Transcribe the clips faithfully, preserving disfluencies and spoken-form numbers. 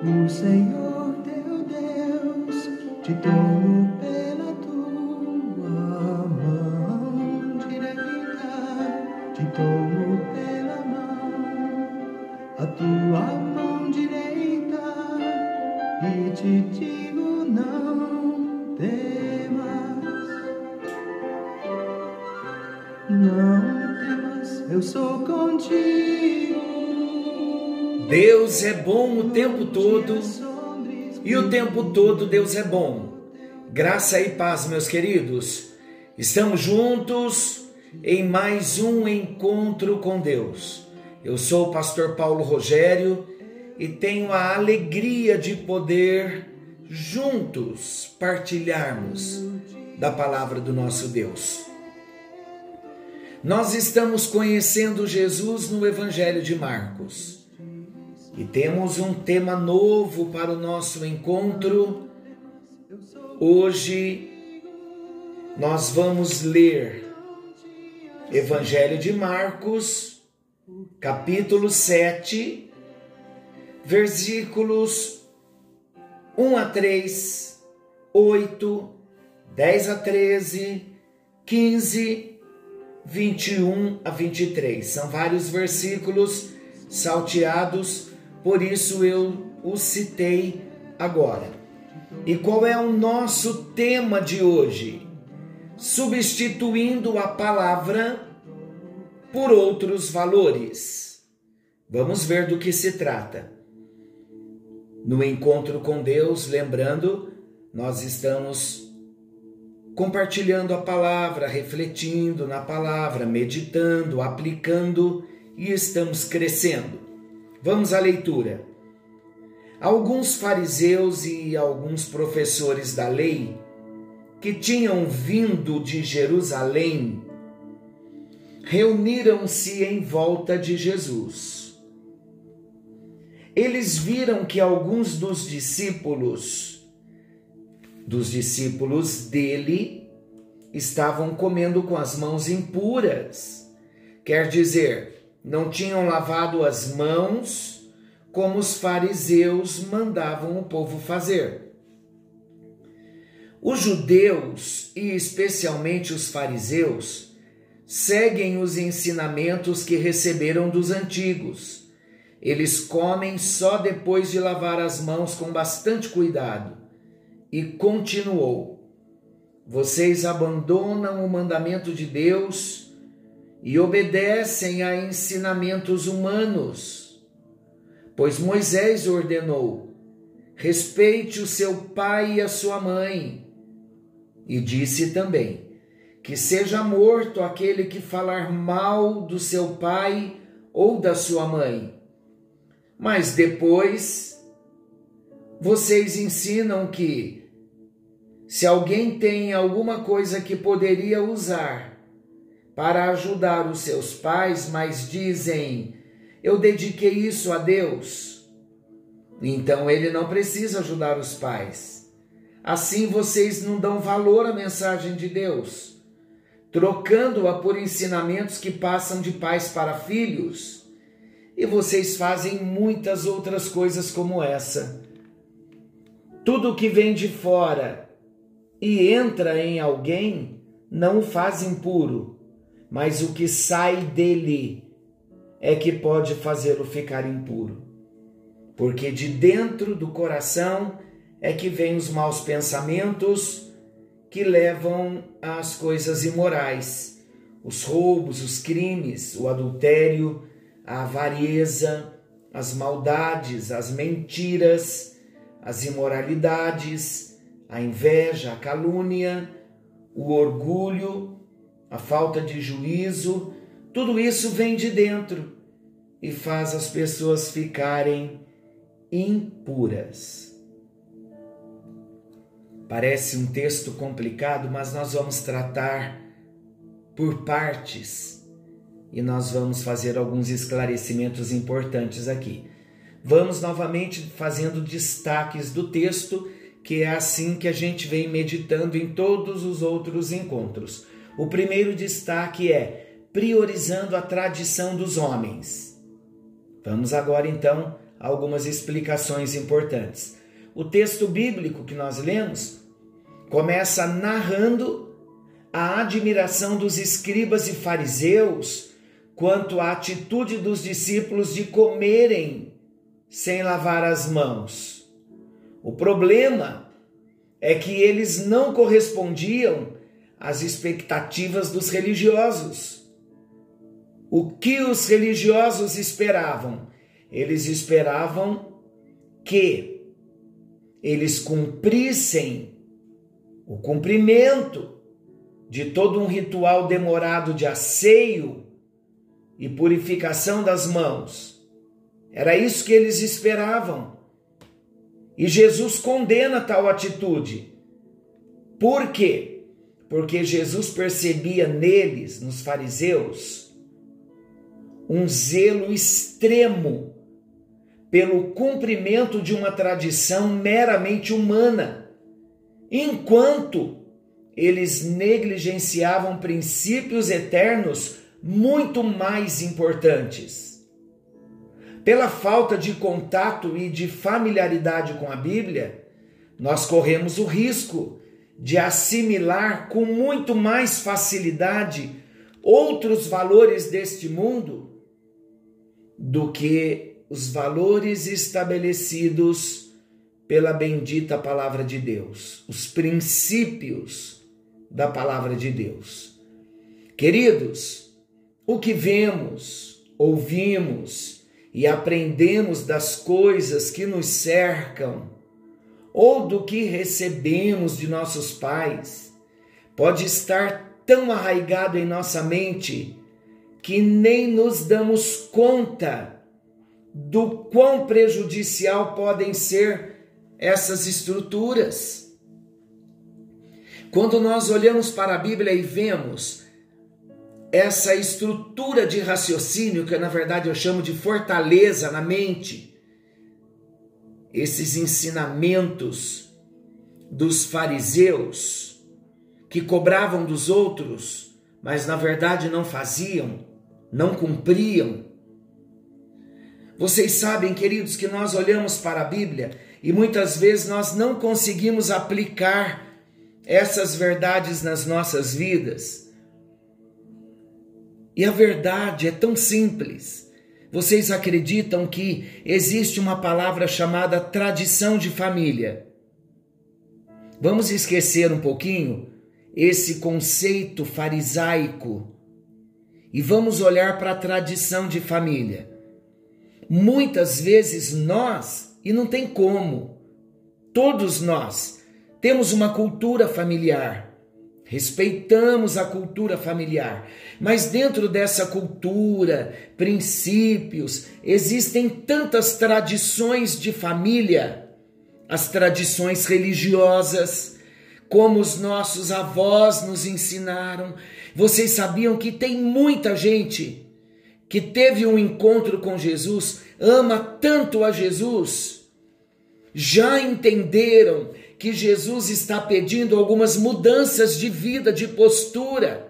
O Senhor teu Deus te tomou pela tua mão direita, te tomou pela mão, a tua mão direita, e te digo não temas, não temas, eu sou contigo. Deus é bom o tempo todo, e o tempo todo Deus é bom. Graça e paz, meus queridos. Estamos juntos em mais um encontro com Deus. Eu sou o pastor Paulo Rogério e tenho a alegria de poder juntos partilharmos da palavra do nosso Deus. Nós estamos conhecendo Jesus no Evangelho de Marcos. E temos um tema novo para o nosso encontro. Hoje nós vamos ler Evangelho de Marcos, capítulo sete, versículos um a três, oito, dez a treze, quinze, vinte e um a vinte e três. São vários versículos salteados, por isso eu o citei agora. E qual é o nosso tema de hoje? Substituindo a palavra por outros valores. Vamos ver do que se trata. No encontro com Deus, lembrando, nós estamos compartilhando a palavra, refletindo na palavra, meditando, aplicando e estamos crescendo. Vamos à leitura. Alguns fariseus e alguns professores da lei que tinham vindo de Jerusalém reuniram-se em volta de Jesus. Eles viram que alguns dos discípulos, dos discípulos dele, estavam comendo com as mãos impuras. Quer dizer, não tinham lavado as mãos como os fariseus mandavam o povo fazer. Os judeus, e especialmente os fariseus, seguem os ensinamentos que receberam dos antigos. Eles comem só depois de lavar as mãos com bastante cuidado. E continuou: vocês abandonam o mandamento de Deus e obedecem a ensinamentos humanos. Pois Moisés ordenou: respeite o seu pai e a sua mãe. E disse também que seja morto aquele que falar mal do seu pai ou da sua mãe. Mas depois vocês ensinam que se alguém tem alguma coisa que poderia usar para ajudar os seus pais, mas dizem: eu dediquei isso a Deus, então ele não precisa ajudar os pais. Assim vocês não dão valor à mensagem de Deus, trocando-a por ensinamentos que passam de pais para filhos. E vocês fazem muitas outras coisas como essa. Tudo que vem de fora e entra em alguém não o faz impuro, mas o que sai dele é que pode fazê-lo ficar impuro. Porque de dentro do coração é que vêm os maus pensamentos que levam às coisas imorais, os roubos, os crimes, o adultério, a avareza, as maldades, as mentiras, as imoralidades, a inveja, a calúnia, o orgulho, a falta de juízo. Tudo isso vem de dentro e faz as pessoas ficarem impuras. Parece um texto complicado, mas nós vamos tratar por partes e nós vamos fazer alguns esclarecimentos importantes aqui. Vamos novamente fazendo destaques do texto, que é assim que a gente vem meditando em todos os outros encontros. O primeiro destaque é priorizando a tradição dos homens. Vamos agora então algumas explicações importantes. O texto bíblico que nós lemos começa narrando a admiração dos escribas e fariseus quanto à atitude dos discípulos de comerem sem lavar as mãos. O problema é que eles não correspondiam às expectativas dos religiosos. O que os religiosos esperavam? Eles esperavam que eles cumprissem o cumprimento de todo um ritual demorado de asseio e purificação das mãos. Era isso que eles esperavam. E Jesus condena tal atitude. Por quê? Porque Jesus percebia neles, nos fariseus, um zelo extremo pelo cumprimento de uma tradição meramente humana, enquanto eles negligenciavam princípios eternos muito mais importantes. Pela falta de contato e de familiaridade com a Bíblia, nós corremos o risco de assimilar com muito mais facilidade outros valores deste mundo do que os valores estabelecidos pela bendita palavra de Deus, os princípios da palavra de Deus. Queridos, o que vemos, ouvimos e aprendemos das coisas que nos cercam ou do que recebemos de nossos pais pode estar tão arraigado em nossa mente que nem nos damos conta do quão prejudicial podem ser essas estruturas. Quando nós olhamos para a Bíblia e vemos essa estrutura de raciocínio, que na verdade eu chamo de fortaleza na mente, esses ensinamentos dos fariseus que cobravam dos outros, mas na verdade não faziam, não cumpriam. Vocês sabem, queridos, que nós olhamos para a Bíblia e muitas vezes nós não conseguimos aplicar essas verdades nas nossas vidas. E a verdade é tão simples. Vocês acreditam que existe uma palavra chamada tradição de família? Vamos esquecer um pouquinho esse conceito farisaico e vamos olhar para a tradição de família. Muitas vezes nós, e não tem como, todos nós temos uma cultura familiar, respeitamos a cultura familiar, mas dentro dessa cultura, princípios, existem tantas tradições de família, as tradições religiosas, como os nossos avós nos ensinaram. Vocês sabiam que tem muita gente que teve um encontro com Jesus, ama tanto a Jesus, já entenderam que Jesus está pedindo algumas mudanças de vida, de postura,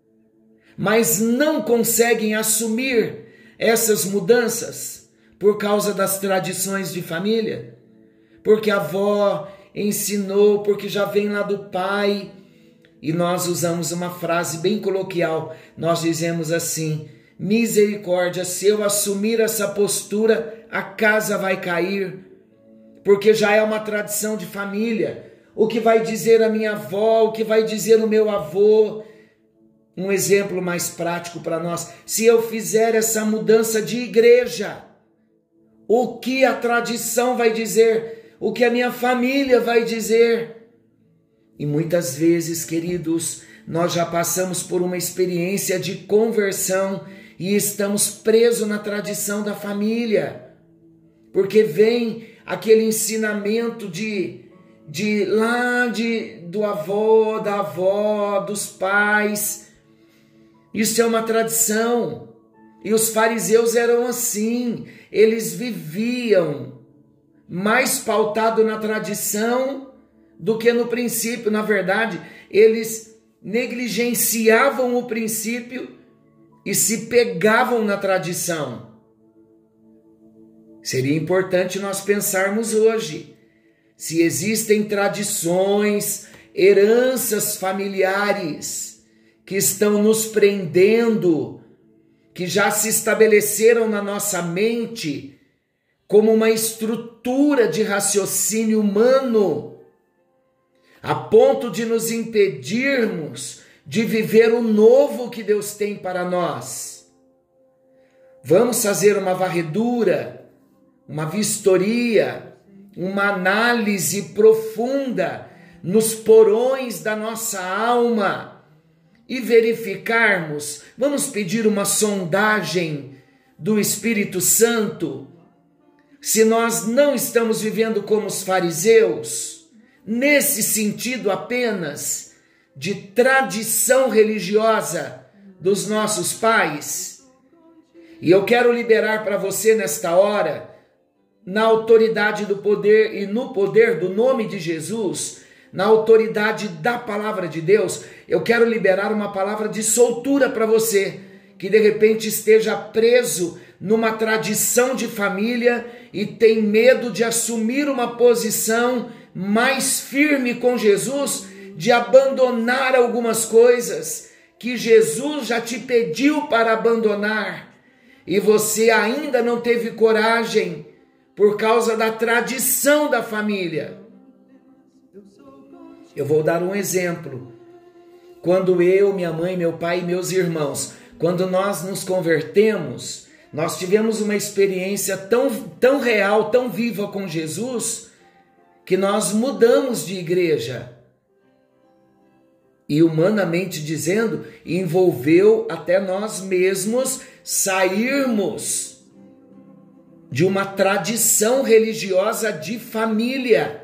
mas não conseguem assumir essas mudanças por causa das tradições de família, porque a avó ensinou, porque já vem lá do pai, e nós usamos uma frase bem coloquial, nós dizemos assim: misericórdia, se eu assumir essa postura, a casa vai cair, porque já é uma tradição de família. O que vai dizer a minha avó, o que vai dizer o meu avô? Um exemplo mais prático para nós: se eu fizer essa mudança de igreja, o que a tradição vai dizer? O que a minha família vai dizer? E muitas vezes, queridos, nós já passamos por uma experiência de conversão e estamos presos na tradição da família, porque vem aquele ensinamento de, de lá de, do avô, da avó, dos pais. Isso é uma tradição. E os fariseus eram assim, eles viviam mais pautado na tradição do que no princípio. Na verdade, eles negligenciavam o princípio e se pegavam na tradição. Seria importante nós pensarmos hoje se existem tradições, heranças familiares que estão nos prendendo, que já se estabeleceram na nossa mente como uma estrutura de raciocínio humano, a ponto de nos impedirmos de viver o novo que Deus tem para nós. Vamos fazer uma varredura, uma vistoria, uma análise profunda nos porões da nossa alma e verificarmos, vamos pedir uma sondagem do Espírito Santo, se nós não estamos vivendo como os fariseus, nesse sentido apenas de tradição religiosa dos nossos pais. E eu quero liberar para você nesta hora, na autoridade do poder e no poder do nome de Jesus, na autoridade da palavra de Deus, eu quero liberar uma palavra de soltura para você, que de repente esteja preso numa tradição de família e tem medo de assumir uma posição mais firme com Jesus, de abandonar algumas coisas que Jesus já te pediu para abandonar e você ainda não teve coragem por causa da tradição da família. Eu vou dar um exemplo. Quando eu, minha mãe, meu pai e meus irmãos, quando nós nos convertemos, nós tivemos uma experiência tão, tão real, tão viva com Jesus, que nós mudamos de igreja. E humanamente dizendo, envolveu até nós mesmos sairmos de uma tradição religiosa de família.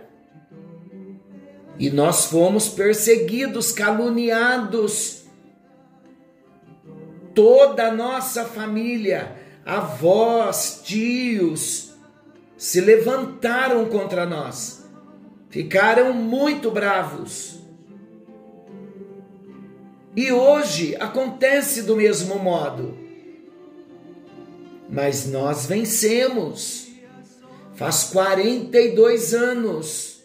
E nós fomos perseguidos, caluniados. Toda a nossa família, avós, tios, se levantaram contra nós. Ficaram muito bravos. E hoje acontece do mesmo modo. Mas nós vencemos. Faz quarenta e dois anos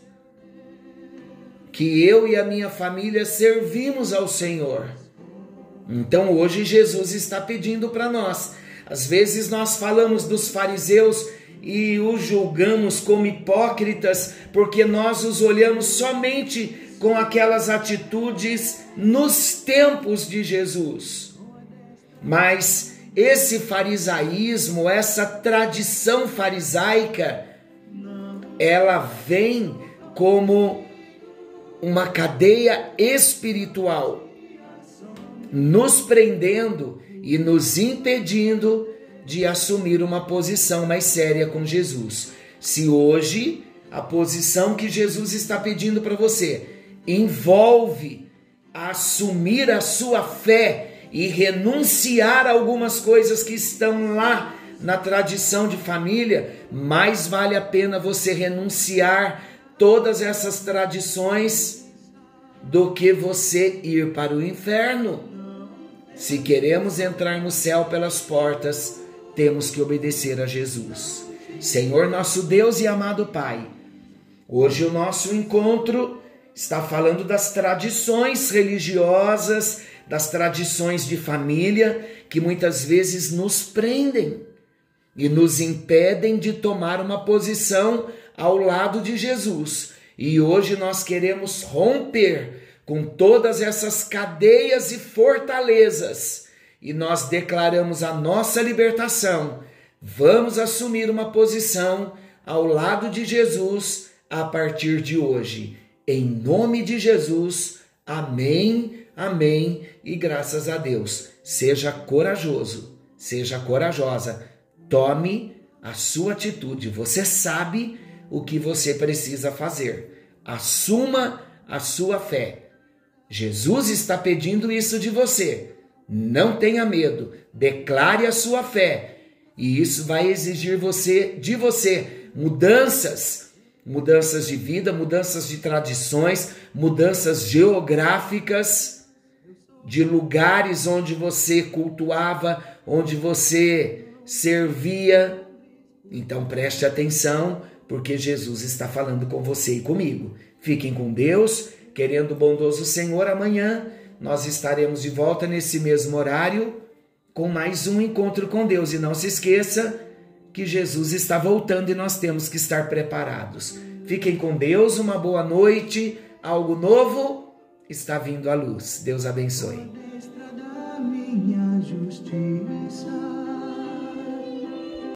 que eu e a minha família servimos ao Senhor. Então hoje Jesus está pedindo para nós. Às vezes nós falamos dos fariseus e os julgamos como hipócritas, porque nós os olhamos somente com aquelas atitudes nos tempos de Jesus. Mas esse farisaísmo, essa tradição farisaica, ela vem como uma cadeia espiritual, nos prendendo e nos impedindo de assumir uma posição mais séria com Jesus. Se hoje a posição que Jesus está pedindo para você envolve assumir a sua fé e renunciar a algumas coisas que estão lá na tradição de família, mais vale a pena você renunciar todas essas tradições do que você ir para o inferno. Se queremos entrar no céu pelas portas, temos que obedecer a Jesus. Senhor nosso Deus e amado Pai, hoje o nosso encontro está falando das tradições religiosas, das tradições de família, que muitas vezes nos prendem e nos impedem de tomar uma posição ao lado de Jesus. E hoje nós queremos romper com todas essas cadeias e fortalezas, e nós declaramos a nossa libertação. Vamos assumir uma posição ao lado de Jesus a partir de hoje. Em nome de Jesus, amém, amém e graças a Deus. Seja corajoso, seja corajosa, tome a sua atitude. Você sabe o que você precisa fazer. Assuma a sua fé. Jesus está pedindo isso de você. Não tenha medo, declare a sua fé. E isso vai exigir você, de você mudanças, mudanças de vida, mudanças de tradições, mudanças geográficas, de lugares onde você cultuava, onde você servia. Então preste atenção, porque Jesus está falando com você e comigo. Fiquem com Deus, querendo o bondoso Senhor, amanhã nós estaremos de volta nesse mesmo horário com mais um encontro com Deus. E não se esqueça que Jesus está voltando e nós temos que estar preparados. Fiquem com Deus, uma boa noite, algo novo está vindo à luz. Deus abençoe.